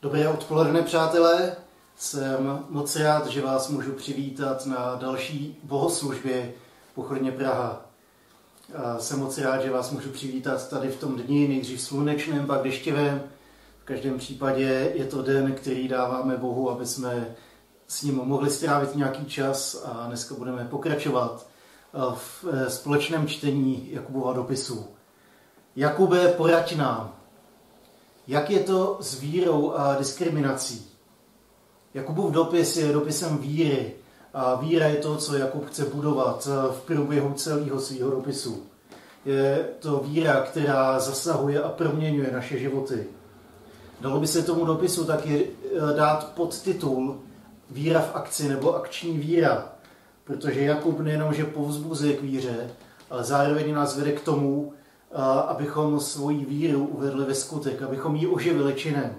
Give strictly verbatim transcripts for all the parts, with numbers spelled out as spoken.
Dobré odpoledne, přátelé. Jsem moc rád, že vás můžu přivítat na další bohoslužbě Pochodně Praha. A jsem moc rád, že vás můžu přivítat tady v tom dni, nejdřív slunečném, pak deštivém. V každém případě je to den, který dáváme Bohu, aby jsme s ním mohli strávit nějaký čas, a dneska budeme pokračovat v společném čtení Jakubova dopisu. Jakube, poraď nám. Jak je to s vírou a diskriminací? Jakubův dopis je dopisem víry a víra je to, co Jakub chce budovat v průběhu celého svého dopisu. Je to víra, která zasahuje a proměňuje naše životy. Dalo by se tomu dopisu taky dát podtitul Víra v akci nebo akční víra, protože Jakub nejenom, že povzbuzuje k víře, ale zároveň nás vede k tomu, abychom svoji víru uvedli ve skutek, abychom ji oživili činem.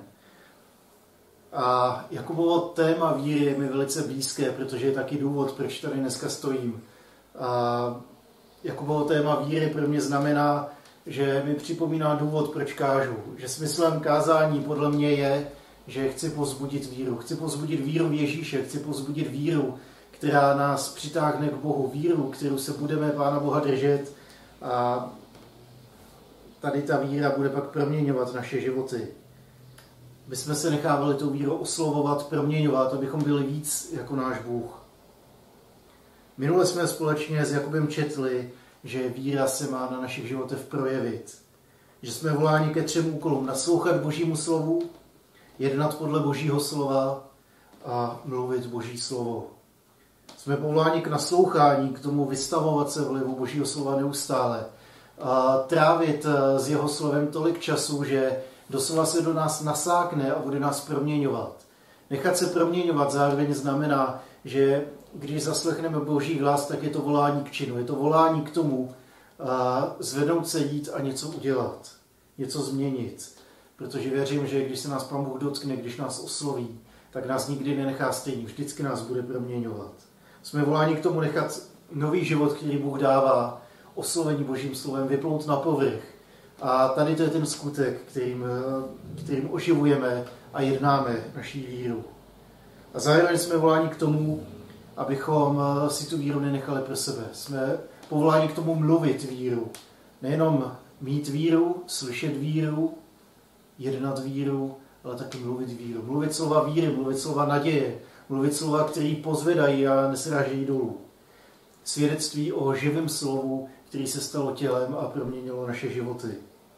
A Jakubovo téma víry je mi velice blízké, protože je taky důvod, proč tady dneska stojím. A Jakubovo téma víry pro mě znamená, že mi připomíná důvod, proč kážu. Že smyslem kázání podle mě je, že chci povzbudit víru. Chci povzbudit víru v Ježíše, chci povzbudit víru, která nás přitáhne k Bohu. Víru, kterou se budeme Pána Boha držet. A tady ta víra bude pak proměňovat naše životy. My jsme se nechávali tou vírou oslovovat, proměňovat, abychom byli víc jako náš Bůh. Minule jsme společně s Jakubem četli, že víra se má na našich životech projevit. Že jsme voláni ke třem úkolům: naslouchat Božímu slovu, jednat podle Božího slova a mluvit Boží slovo. Jsme povoláni k naslouchání, k tomu vystavovat se vlivu Božího slova neustále. A trávit s jeho slovem tolik času, že doslova se do nás nasákne a bude nás proměňovat. Nechat se proměňovat zároveň znamená, že když zaslechneme Boží hlas, tak je to volání k činu. Je to volání k tomu a zvednout se, jít a něco udělat. Něco změnit. Protože věřím, že když se nás Pán Bůh dotkne, když nás osloví, tak nás nikdy nenechá stejný. Vždycky nás bude proměňovat. Jsme voláni k tomu nechat nový život, který Bůh dává, oslovení Božím slovem, vyplout na povrch. A tady to je ten skutek, kterým, kterým oživujeme a jednáme naší víru. A zároveň jsme voláni k tomu, abychom si tu víru nenechali pro sebe. Jsme povoláni k tomu mluvit víru. Nejenom mít víru, slyšet víru, jednat víru, ale taky mluvit víru. Mluvit slova víry, mluvit slova naděje, mluvit slova, které pozvedají a nesrážejí dolů. Svědectví o živém slovu, který se stalo tělem a proměnilo naše životy.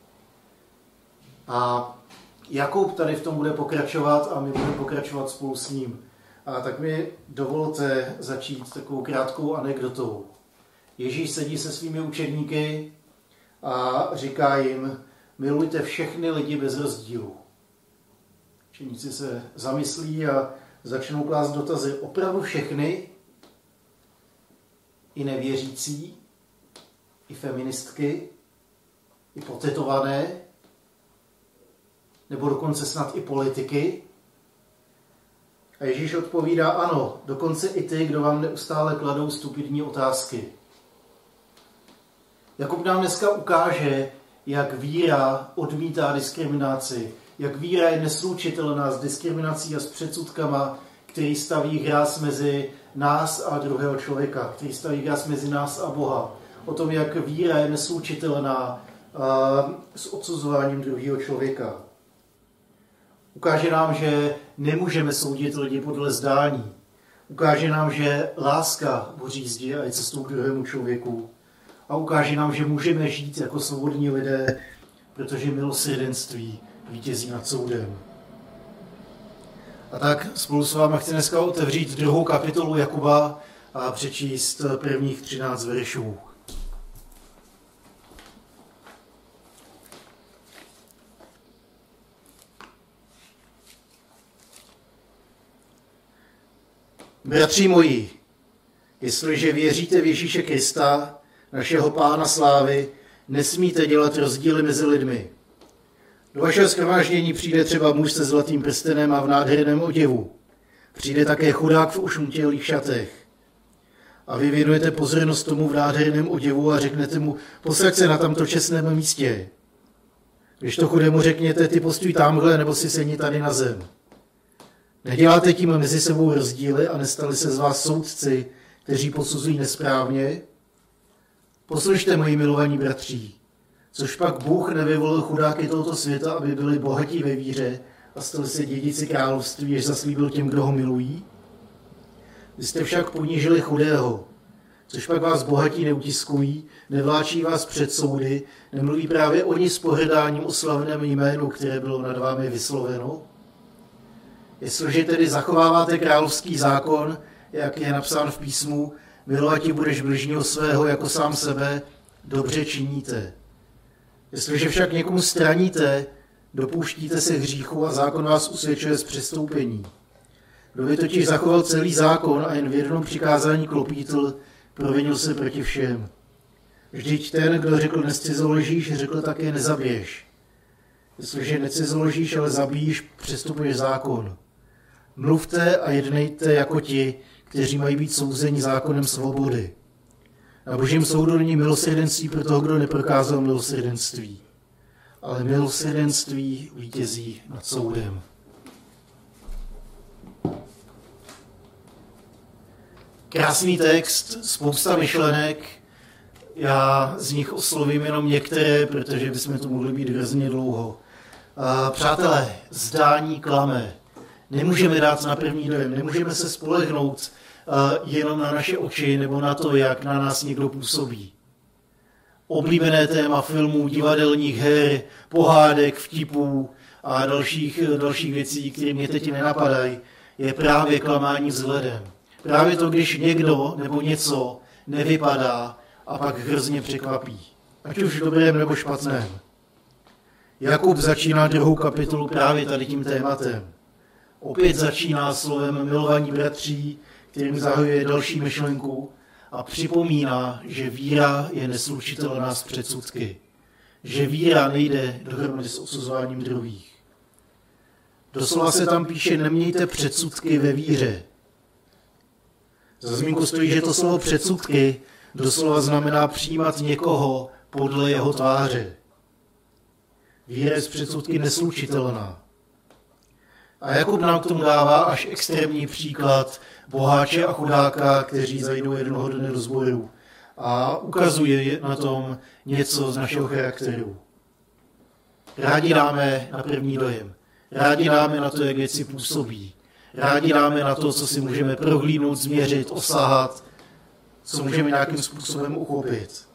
A Jakub tady v tom bude pokračovat a my budeme pokračovat spolu s ním. A tak mi dovolte začít takovou krátkou anekdotou. Ježíš sedí se svými učedníky a říká jim: milujte všechny lidi bez rozdílu. Učeníci se zamyslí a začnou klást dotazy: opravdu všechny? I nevěřící? I feministky? I potetované? Nebo dokonce snad i politiky? A Ježíš odpovídá: ano, dokonce i ty, kdo vám neustále kladou stupidní otázky. Jakub nám dneska ukáže, jak víra odmítá diskriminaci, jak víra je neslučitelná s diskriminací a s předsudkama, který staví hráz mezi nás a druhého člověka, který staví hráz mezi nás a Boha. O tom, jak víra je neslučitelná s odsuzováním druhého člověka. Ukáže nám, že nemůžeme soudit lidi podle zdání. Ukáže nám, že láska boří zdi a je cestou k druhému člověku. A ukáže nám, že můžeme žít jako svobodní lidé, protože milosrdenství vítězí nad soudem. A tak spolu s vámi chci dneska otevřít druhou kapitolu Jakuba a přečíst prvních třináct veršů. Bratři moji, jestliže věříte v Ježíše Krista, našeho Pána slávy, nesmíte dělat rozdíly mezi lidmi. Do vašeho shromáždění přijde třeba muž se zlatým prstenem a v nádherném oděvu. Přijde také chudák v ošuntělých šatech. A vy věnujete pozornost tomu v nádherném oděvu a řeknete mu: posaď se na tamto čestném místě. Když to chudému řekněte, ty postůj tamhle, nebo si sedni tady na zem. Neděláte tím mezi sebou rozdíly a nestali se z vás soudci, kteří posuzují nesprávně? Poslyšte, moji milovaní bratří, což pak Bůh nevyvolil chudáky tohoto světa, aby byli bohatí ve víře a stali se dědici království, jež zaslíbil těm, kdo ho milují? Vy jste však ponížili chudého, což pak vás bohatí neutiskují, nevláčí vás před soudy, nemluví právě oni s pohrdáním o slavném jménu, které bylo nad vámi vysloveno? Jestliže tedy zachováváte královský zákon, jak je napsán v písmu, milovat budeš bližního svého jako sám sebe, dobře činíte. Jestliže však někomu straníte, dopouštíte se hříchu a zákon vás usvědčuje z přestoupení. Kdo by totiž zachoval celý zákon a jen v jednom přikázání klopítl, provinil se proti všem. Vždyť ten, kdo řekl necizoložíš, řekl také nezabiješ. Jestliže necizoložíš, ale zabíjíš, přestupuješ zákon. Mluvte a jednejte jako ti, kteří mají být souzeni zákonem svobody. Na božím soudu není milosrdenství pro toho, kdo neprokázal milosrdenství. Ale milosrdenství vítězí nad soudem. Krásný text, spousta myšlenek. Já z nich oslovím jenom některé, protože bychom tu mohli být hrozně dlouho. Přátelé, zdání klame. Nemůžeme dát na první dojem, nemůžeme se spolehnout jenom na naše oči nebo na to, jak na nás někdo působí. Oblíbené téma filmů, divadelních her, pohádek, vtipů a dalších, dalších věcí, které mě teď nenapadají, je právě klamání vzhledem. Právě to, když někdo nebo něco nevypadá a pak hrozně překvapí. Ať už v dobrém nebo špatném. Jakub začíná druhou kapitolu právě tady tím tématem. Opět začíná slovem milovaní bratří, kterým zahajuje další myšlenku a připomíná, že víra je neslučitelná s předsudky. Že víra nejde dohromady s osuzováním druhých. Doslova se tam píše, nemějte předsudky ve víře. Za zmínku stojí, že to slovo předsudky doslova znamená přijímat někoho podle jeho tváře. Víra je s předsudky neslučitelná. A Jakub nám k tomu dává až extrémní příklad boháče a chudáka, kteří zajdou jednoho dne do sboru a ukazuje na tom něco z našeho charakteru. Rádi dáme na první dojem. Rádi dáme na to, jak věci působí. Rádi dáme na to, co si můžeme prohlídnout, změřit, osahat, co můžeme nějakým způsobem uchopit.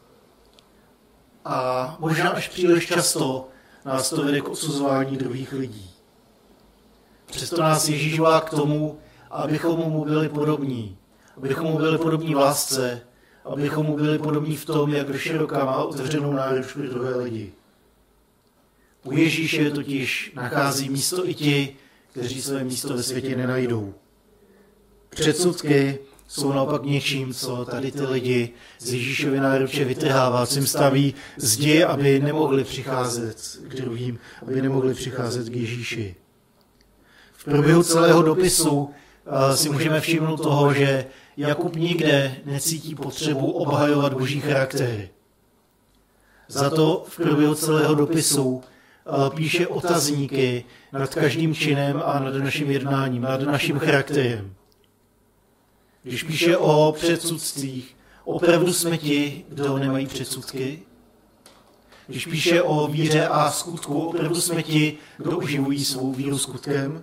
A možná až příliš často nás to vede k osuzování druhých lidí. Přesto nás Ježíš volá k tomu, abychom mu byli podobní. Abychom mu byli podobní v lásce, abychom mu byli podobní v tom, jak široká má otevřenou náruč pro druhé lidi. U Ježíše totiž nachází místo i ti, kteří své místo ve světě nenajdou. Předsudky jsou naopak něčím, co tady ty lidi z Ježíšovy náruče vytrhává, co jim staví zdi, aby nemohli přicházet k druhým, aby nemohli přicházet k Ježíši. V průběhu celého dopisu uh, si můžeme všimnout toho, že Jakub nikde necítí potřebu obhajovat boží charakter. Za to v průběhu celého dopisu uh, píše otazníky nad každým činem a nad naším jednáním, nad naším charakterem. Když píše o předsudcích, opravdu jsme ti, kdo nemají předsudky? Když píše o víře a skutku, opravdu jsme ti, kdo uživují svou víru skutkem?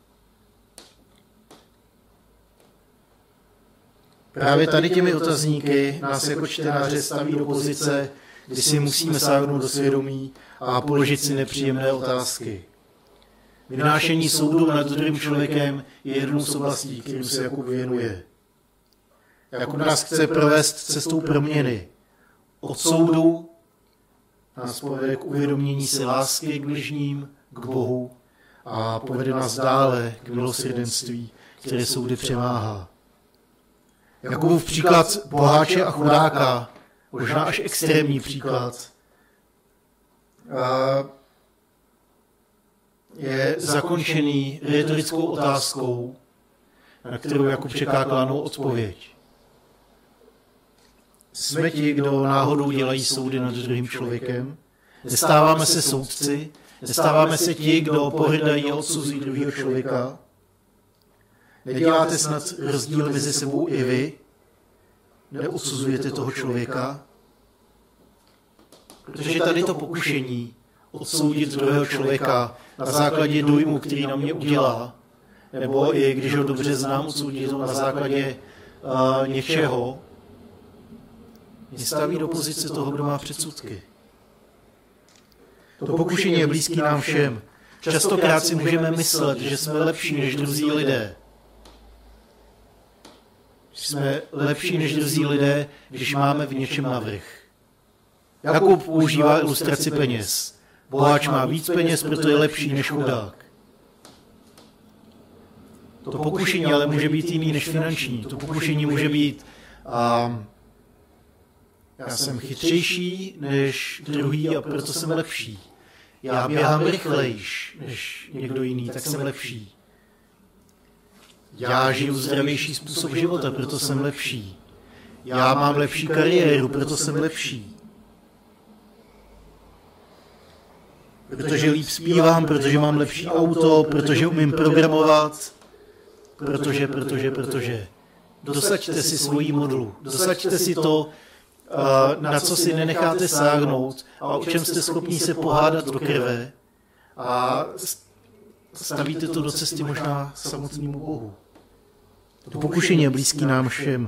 Právě tady těmi otazníky nás jako čtenáře staví do pozice, kdy si musíme sáhnout do svědomí a položit si nepříjemné otázky. Vynášení soudu nad druhým člověkem je jednou z oblastí, kterým se Jakub věnuje. Jakub nás chce provést cestou proměny. Od soudu nás povede k uvědomění si lásky k bližním, k Bohu a povede nás dále k milosrdenství, které soudy přemáhá. Jakubův příklad boháče a chudáka, možná až extrémní příklad, je zakončený retorickou otázkou, na kterou Jakub čeká kladnou odpověď. Jsme ti, kdo náhodou dělají soudy nad druhým člověkem? Nestáváme se soudci, nestáváme se ti, kdo pohrdají a odsuzují druhého člověka. Neděláte snad rozdíl mezi sebou i vy? Neodsuzujete toho člověka? Protože tady to pokušení odsoudit druhého člověka na základě dojmu, který na mě udělá, nebo i když ho dobře znám, odsoudit ho na základě uh, něčeho, mě staví do pozice toho, kdo má předsudky. To pokušení je blízký nám všem. Častokrát si můžeme myslet, že jsme lepší než druzí lidé. Jsme lepší než druzí lidé, když máme v něčem navrch. Jakub používá ilustraci peněz. Boháč má víc peněz, proto je lepší než chudák. To pokušení ale může být jiný než finanční. To pokušení může být um, já jsem chytřejší než druhý a proto jsem lepší. Já běhám rychlejš než někdo jiný, tak jsem lepší. Já žiju zdravější způsob života, proto jsem lepší. Já mám lepší kariéru, proto jsem lepší. Protože líp zpívám, protože mám lepší auto, protože umím programovat, protože, protože, protože. Dosaďte si svoji modlu, dosaďte si to, na co si nenecháte sáhnout a o čem jste schopni se pohádat do krve a stavíte to do cesty možná samotnému Bohu. To pokušení je blízký nám všem.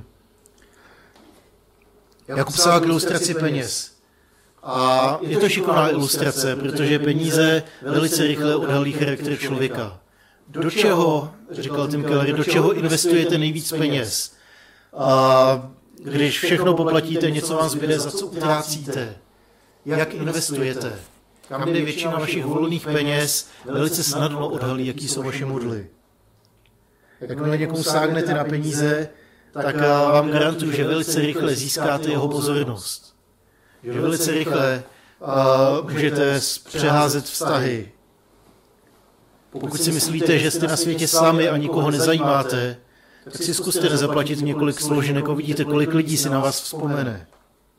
Jakub psal k ilustraci peněz. A je to šikovná ilustrace, protože peníze velice rychle odhalí charakter člověka. Do čeho, říkal Tim Keller, do čeho investujete nejvíc peněz? A když všechno poplatíte, něco vám zbyde, za co utrácíte? Jak investujete? Kam jde většina vašich volných peněz, velice snadno odhalí, jaký jsou vaše modly. Jakmile někomu sáhnete na peníze, tak vám garantuju, že velice rychle získáte jeho pozornost. Že velice rychle uh, můžete přeházet vztahy. Pokud si myslíte, že jste na světě sami a nikoho nezajímáte, tak si zkuste nezaplatit několik složenek a vidíte, kolik lidí si na vás vzpomene.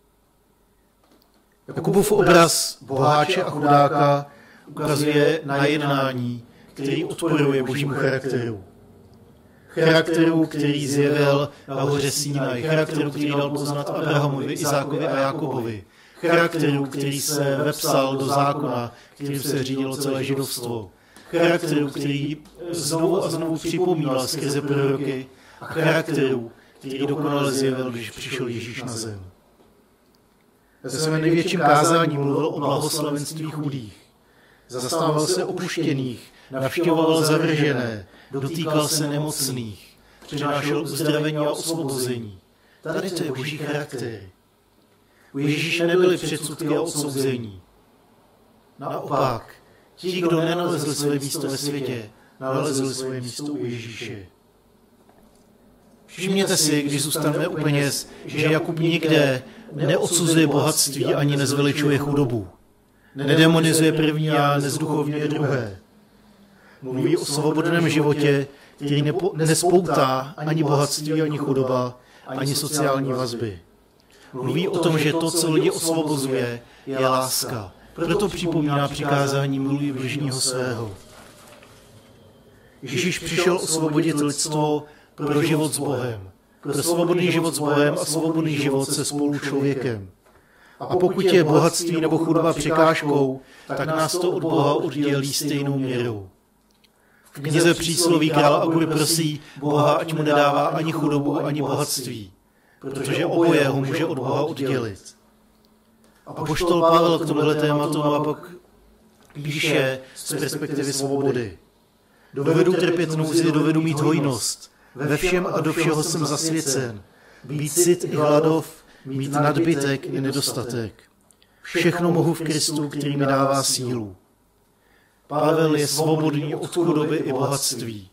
Jakubův obraz boháče a chudáka ukazuje na jednání, který odporuje božímu charakteru. Charakteru, který zjevil na hoře Sinaj, charakteru, který dal poznat Abrahamovi, Izákovi a Jakobovi, charakteru, který se vepsal do zákona, kterým se řídilo celé židovstvo, charakteru, který znovu a znovu připomínal skrze proroky a charakteru, který dokonale zjevil, když přišel Ježíš na zem. Ve svém největším kázání mluvil o blahoslavenství chudých. Zastával se opuštěných, navštěvoval zavržené, dotýkal se nemocných, přinášel uzdravení a osvobození. Tady to je boží charakter. U Ježíše nebyly předsudky a odsouzení. Naopak, ti, kdo nenalezli své místo ve světě, nalezli své místo u Ježíše. Všimněte si, když zůstaneme u peněz, že Jakub nikde neodsuzuje bohatství ani nezveličuje chudobu. Nedemonizuje první a nezduchovňuje druhé. Mluví o svobodném životě, který nepo, nespoutá ani bohatství, ani chudoba, ani sociální vazby. Mluví o tom, že to, co lidi osvobozuje, je láska. Proto připomíná přikázání miluj bližního svého. Ježíš přišel osvobodit lidstvo pro život s Bohem. Pro svobodný život s Bohem a svobodný život se spolu člověkem. A pokud je bohatství nebo chudoba překážkou, tak nás to od Boha oddělí stejnou měrou. V knize Přísloví král Agur prosí Boha, ať mu nedává ani chudobu, ani bohatství, protože oboje ho může od Boha oddělit. A apoštol Pavel k tomuhle tématu naopak píše z perspektivy svobody. Dovedu trpět nouzi, dovedu mít hojnost. Ve všem a do všeho jsem zasvěcen. Být syt i hladov, mít nadbytek i nedostatek. Všechno mohu v Kristu, který mi dává sílu. Pavel je svobodný od chudoby i bohatství.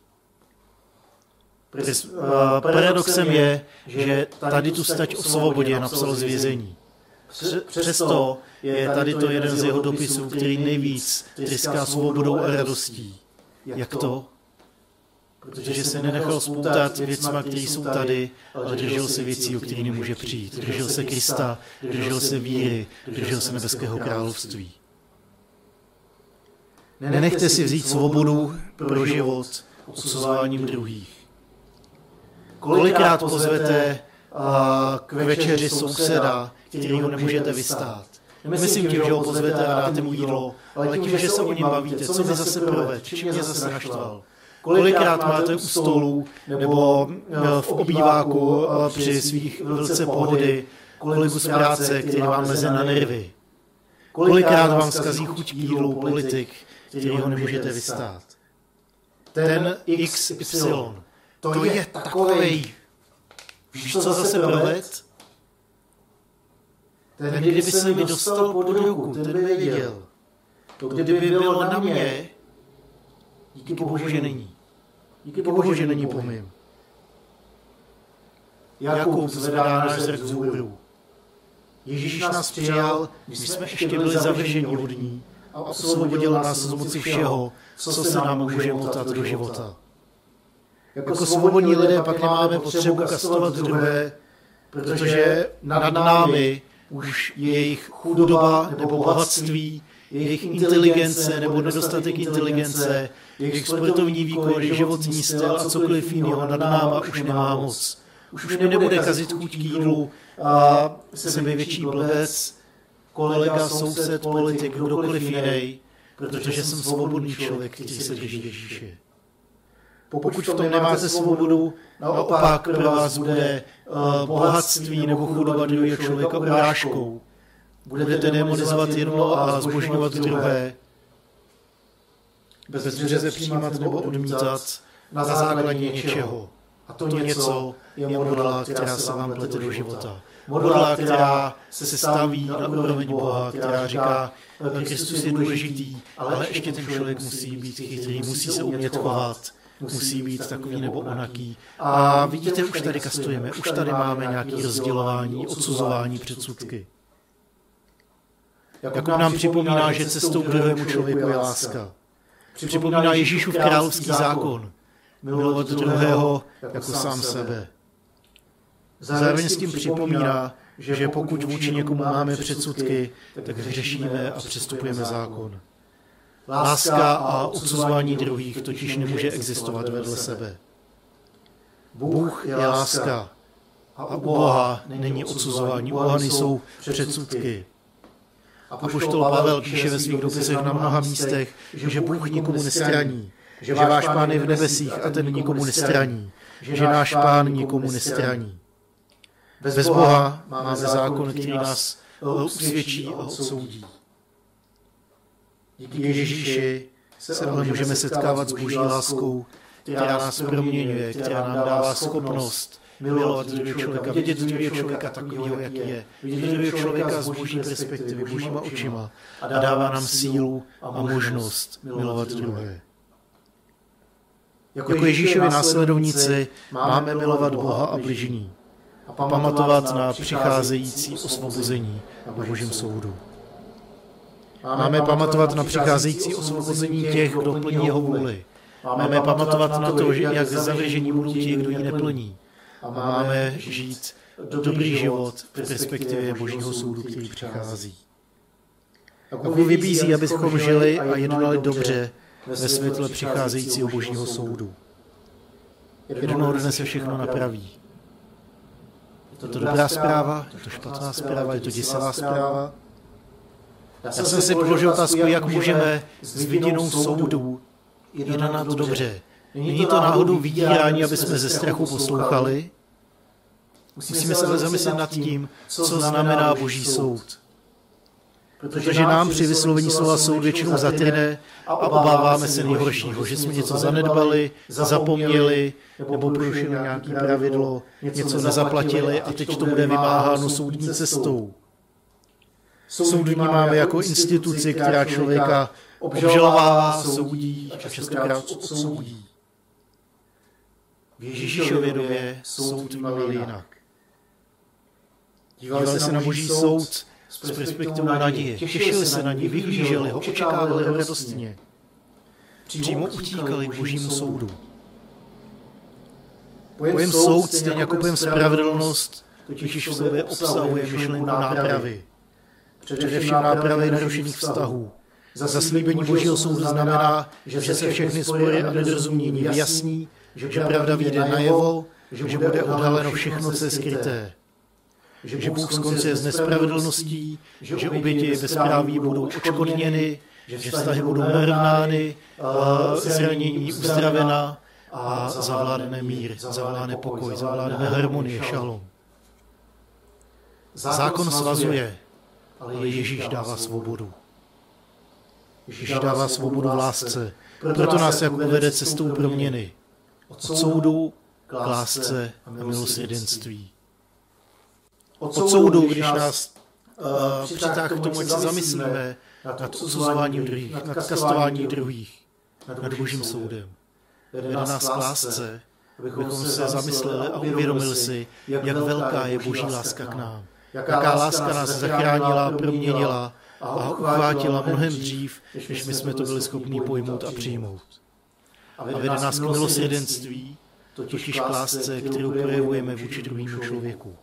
Paradoxem je, že tady tu stať o svobodě napsal z vězení. Přesto je tady to jeden z jeho dopisů, který nejvíc tryská svobodou a radostí. Jak to? Protože se nenechal spoutat věcma, které jsou tady, ale držel se věcí, o které nemůže přijít. Držel se Krista, držel se víry, držel se nebeského království. Nenechte si vzít svobodu pro život odsuzováním druhých. Kolikrát pozvete k večeři souseda, kterýho nemůžete vystát. Nemyslím tím, že ho pozvete a dáte mu jídlo, ale tím, že se o něm bavíte, co mi zase proved, čím mě zase naštval. Kolikrát máte u stolu nebo v obýváku při svých velice pohody kolegu z práce, který vám leze na nervy. Kolikrát vám zkazí chuť k jídlu politik, kterýho nemůžete vystát. Ten iks ypsilon, to je takovej. Víš, co zase proved? Ten, kdyby se mi dostal pod ruku, ten by věděl. To, kdyby bylo na mě, díky Bohu, že není. Díky Bohu, že není po mým. Jakub zvedá náš zrak vzhůru. Ježíš nás přijal, když jsme ještě byli zavrženi od ní a osvobodil nás z moci všeho, co se nám může motat do života. Jako svobodní lidé pak nemáme potřebu kastovat druhé, protože nad námi už jejich chudoba nebo bohatství, jejich inteligence nebo nedostatek inteligence, jejich sportovní výkon, životní styl a cokoliv jiného nad náma už nemá moc. Už mi nebude kazit chuť k jídlu a jsem větší blbec, kolega, soused, politik, kdokoliv jiný, protože jsem svobodný člověk, který se drží Ježíše. Pokud v tom nemáte svobodu, naopak pro vás bude bohatství nebo chudoba druhého člověka urážkou. Budete demonizovat jedno a zbožňovat druhé. Bez dřeze přijímat nebo odmítat na základě něčeho. A to něco je modla, která se vám plete do života. Modla, která se staví na úroveň Boha, která říká, Kristus je důležitý, ale ještě ten člověk musí být chytrý, musí se umět chovat, musí být takový nebo onaký. A vidíte, už tady kastujeme, už tady máme nějaké rozdělování, odsuzování, předsudky. Jakub nám připomíná, že cestou k druhému člověku je láska. Připomíná Ježíšův královský zákon. Milovat druhého jako sám sebe. Zároveň s tím připomíná, že pokud vůči někomu máme předsudky, tak hřešíme a přestupujeme zákon. Láska a odsuzování druhých totiž nemůže existovat vedle sebe. Bůh je láska a u Boha není odsuzování, u Boha nejsou předsudky. Apoštol Pavel píše ve svých dopisech na mnoha místech, že Bůh nikomu nestraní, že váš Pán je v nebesích a ten nikomu nestraní, že náš Pán nikomu nestraní. Bez Boha máme zákon, který nás usvědčí a odsoudí. Díky Ježíši se ale můžeme setkávat s Boží láskou, která nás proměňuje, která nám dává schopnost milovat druhého člověka, vidět druhého člověka takového, jaký je, vidět druhého člověka z Boží perspektivy, Božíma očima a dává nám sílu a možnost milovat druhé. Jako Ježíšovi následovníci máme milovat Boha a bližní a pamatovat na přicházející osvobození na Božím soudu. Máme pamatovat na přicházející osvobození těch, kdo plní jeho vůli. Máme pamatovat na to, že jak zavržení budou ti, kdo ji neplní. A máme žít dobrý život v perspektivě Božího soudu, který přichází. Jakub vybízí, abychom žili a jednali dobře ve světle přicházejícího Božího soudu. Jednoho dne se všechno napraví. Je to dobrá zpráva, je to špatná zpráva, je to děsivá zpráva. Já jsem si položil otázku, jak můžeme s vidinou soudu jednat dobře. Není to náhodou vydírání, aby jsme ze strachu poslouchali? Musíme se zamyslet nad tím, co znamená Boží soud. Protože nám při vyslovení slova soud většinou zatrne a obáváme se nejhoršího, že jsme něco zanedbali, zapomněli, nebo porušili nějaké pravidlo, něco nezaplatili a teď to bude vymáháno soudní cestou. Soud vnímáme jako instituci, která člověka obžalovává, soudí a častokrát odsoudí. V Ježíšově době soud vnímali jinak. Dívali se na Boží soud z perspektivou naděje, těšili se na něj, vyhlíželi ho, očekávali ho radostně. Přímo utíkali k Božímu soudu. Pojem soud, stejně jako pojem spravedlnost, totiž v sobě obsahuje myšlenku nápravy. Především nápravy narušených vztahů. Zaslíbení Božího soudu znamená, že se všechny spory a nedorozumění vyjasní, že pravda vyjde najevo, že bude odhaleno všechno, co je skryté. Že Bůh skoncuje s nespravedlností, že oběti bezpráví budou odškodněny, že vztahy budou narovnány, zranění uzdravena a zavládne mír, zavládne pokoj, zavládne harmonie, šalom. Zákon svazuje, ale Ježíš dává svobodu. Ježíš dává svobodu v lásce. Proto nás jako vede cestou proměny. Od soudu k lásce a milosrdenství. Od soudu, když nás uh, přitáhne k tomu, ať se zamyslíme nad odsuzováním druhých, nad kastováním druhých, nad Božím soudem. Vede nás k lásce, abychom se zamysleli a uvědomili si, jak velká je Boží láska k nám. Jaká láska nás zachránila, proměnila a uchvátila mnohem dřív, než my jsme to byli schopni pojmout a přijmout. A vede nás k milosrdenství, totiž k lásce, kterou projevujeme vůči druhému člověku.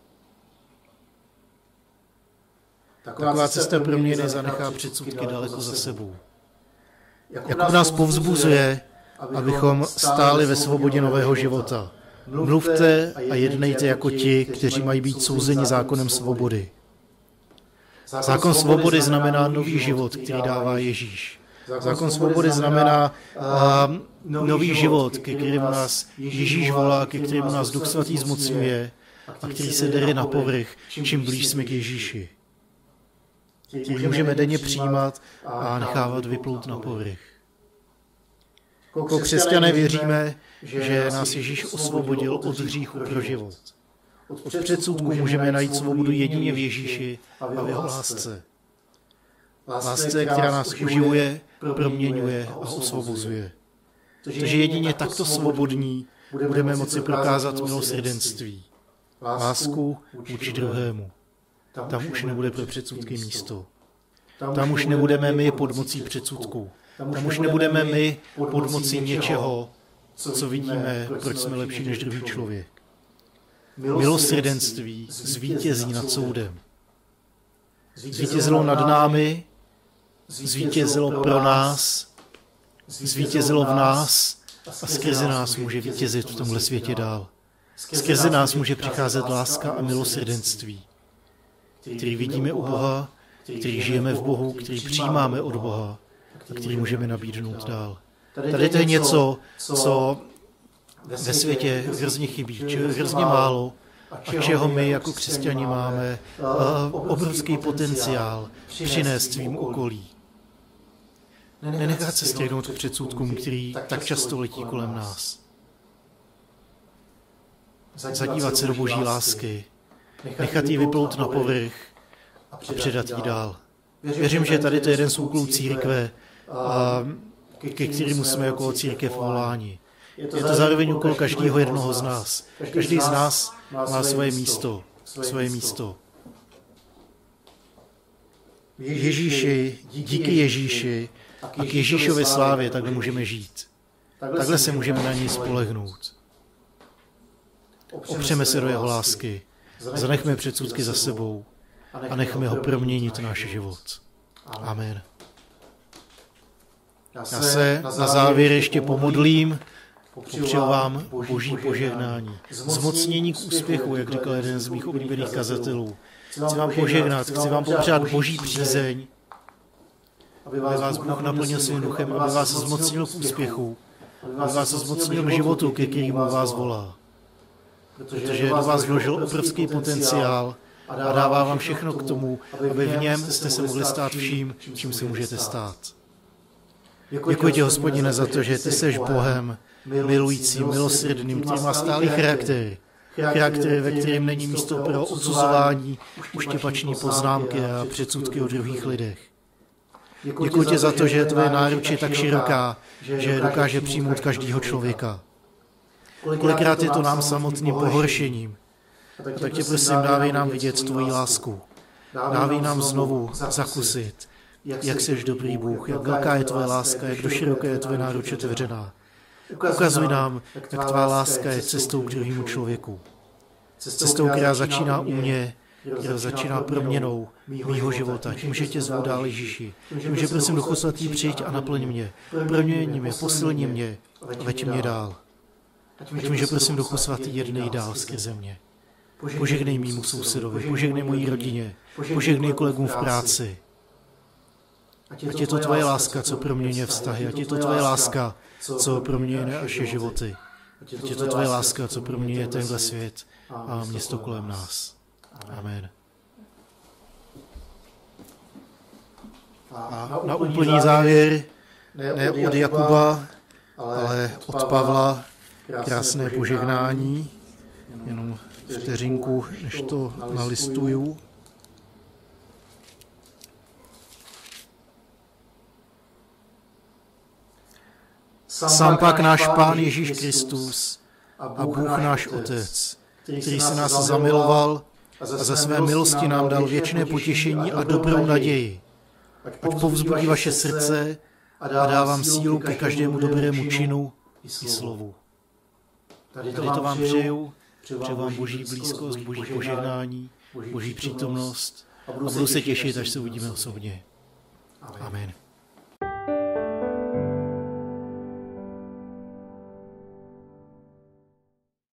Taková cesta proměny zanechá předsudky daleko za sebou. Jakub nás povzbuzuje, abychom stáli ve svobodě nového života. Mluvte a jednejte jako ti, kteří mají být souzeni zákonem svobody. Zákon svobody znamená nový život, který dává Ježíš. Zákon svobody znamená uh, nový život, ke kterému nás Ježíš volá, ke kterému nás Duch Svatý zmocňuje a který se dere na povrch, čím blíž jsme k Ježíši. Který můžeme denně přijímat a nechávat vyplout na povrch. Jako křesťané věříme, že nás Ježíš osvobodil od hříchu pro život. Od předsudků můžeme najít svobodu jedině v Ježíši a v jeho lásce. Lásce, která nás uživuje, proměňuje a osvobozuje. Takže jedině takto svobodní budeme moci prokázat milosrdenství. Lásku vůči druhému. Tam už nebude pro předsudky místo. Tam už nebudeme my pod mocí předsudků. Tam už nebudeme my pod mocí něčeho, co vidíme, proč jsme lepší než druhý člověk. Milosrdenství zvítězí nad soudem. Zvítězilo nad námi, zvítězilo pro nás, zvítězilo v nás a skrze nás může vítězit v tomhle světě dál. Skrze nás může přicházet láska a milosrdenství, který vidíme u Boha, který žijeme v Bohu, který přijímáme od Boha a který můžeme nabídnout dál. Tady to je něco, co ve světě hrozně chybí, čeho je hrozně málo a čeho my jako křesťani máme obrovský potenciál přinést svým okolí. Nenechat se strhnout k předsudkům, který tak často letí kolem nás. Zadívat se do Boží lásky, nechat ji vyplout na povrch a předat ji dál. Věřím, že tady to je jeden z úkolů církve, ke kterému jsme jako církev voláni. Je to zároveň úkol každého jednoho z nás. Každý z nás má svoje místo. Svoje místo. Ježíši, díky Ježíši a k Ježíšově slávě takhle můžeme žít. Takhle se můžeme na něj spolehnout. Opřeme se do jeho lásky, zanechme předsudky za sebou a nechme ho proměnit náš život. Amen. Já se na závěr ještě pomodlím, popřeju vám Boží požehnání, zmocnění k úspěchu, jak říkal jeden z mých oblíbených kazatelů. Chci vám požehnat, chci vám popřát Boží přízeň, aby vás Bůh naplnil svým duchem, aby vás zmocnil k úspěchu, aby vás zmocnil k životu, ke kterému vás volá. Protože do vás vložil obrovský potenciál a dává vám všechno k tomu, aby v něm jste se mohli stát vším, čím se můžete stát. Děkuji ti, Hospodine, za to, že ty seš Bohem, milujícím, milosrdným, který má stálý charakter. Charakter, ve kterém není místo pro odsuzování, uštěpační poznámky a předsudky o druhých lidech. Děkuji ti za to, že tvoje náruč je tak široká, že dokáže přijmout každého člověka. Kolikrát je to nám samotným pohoršením. A tak tě prosím, dávej nám vidět tvoji lásku. Dávej nám znovu zakusit, jak jsi dobrý Bůh, jak velká je tvoje láska, jak do široké je tvoje náruč otevřená. Ukazuj nám, jak tvá láska je cestou k druhému člověku. Cestou, která začíná u mě která začíná proměnou mýho života. Tím, že tě zvu dál, Ježíši. Tím, že prosím Duchu Svatý, přijď a naplň mě. Proměň mě, posilni mě, veď mě dál. A tím, že prosím Duchu Svatý, jednej dál skrze mě. Požehnej mýmu sousedovi, požehnej mojí rodině, požehnej kolegům v práci. Ať je to tvoje láska, co proměňuje vztahy, ať je to tvoje láska, co proměňuje naše životy. Ať je to tvoje láska, co proměňuje tenhle svět a město kolem nás. Amen. A na úplný závěr, ne od Jakuba, ale od Pavla, krásné požehnání. Jenom vteřinku, než to nalistuju. Sám pak náš Pán Ježíš Kristus a Bůh náš Otec, který se nás zamiloval a za své milosti nám dal věčné potěšení a dobrou naději. Ať povzbudí vaše srdce a dá vám sílu ke každému dobrému činu i slovu. Tady to vám přeju, přeju vám Boží blízkost, Boží požehnání, Boží přítomnost a budu se těšit, až se uvidíme osobně. Amen.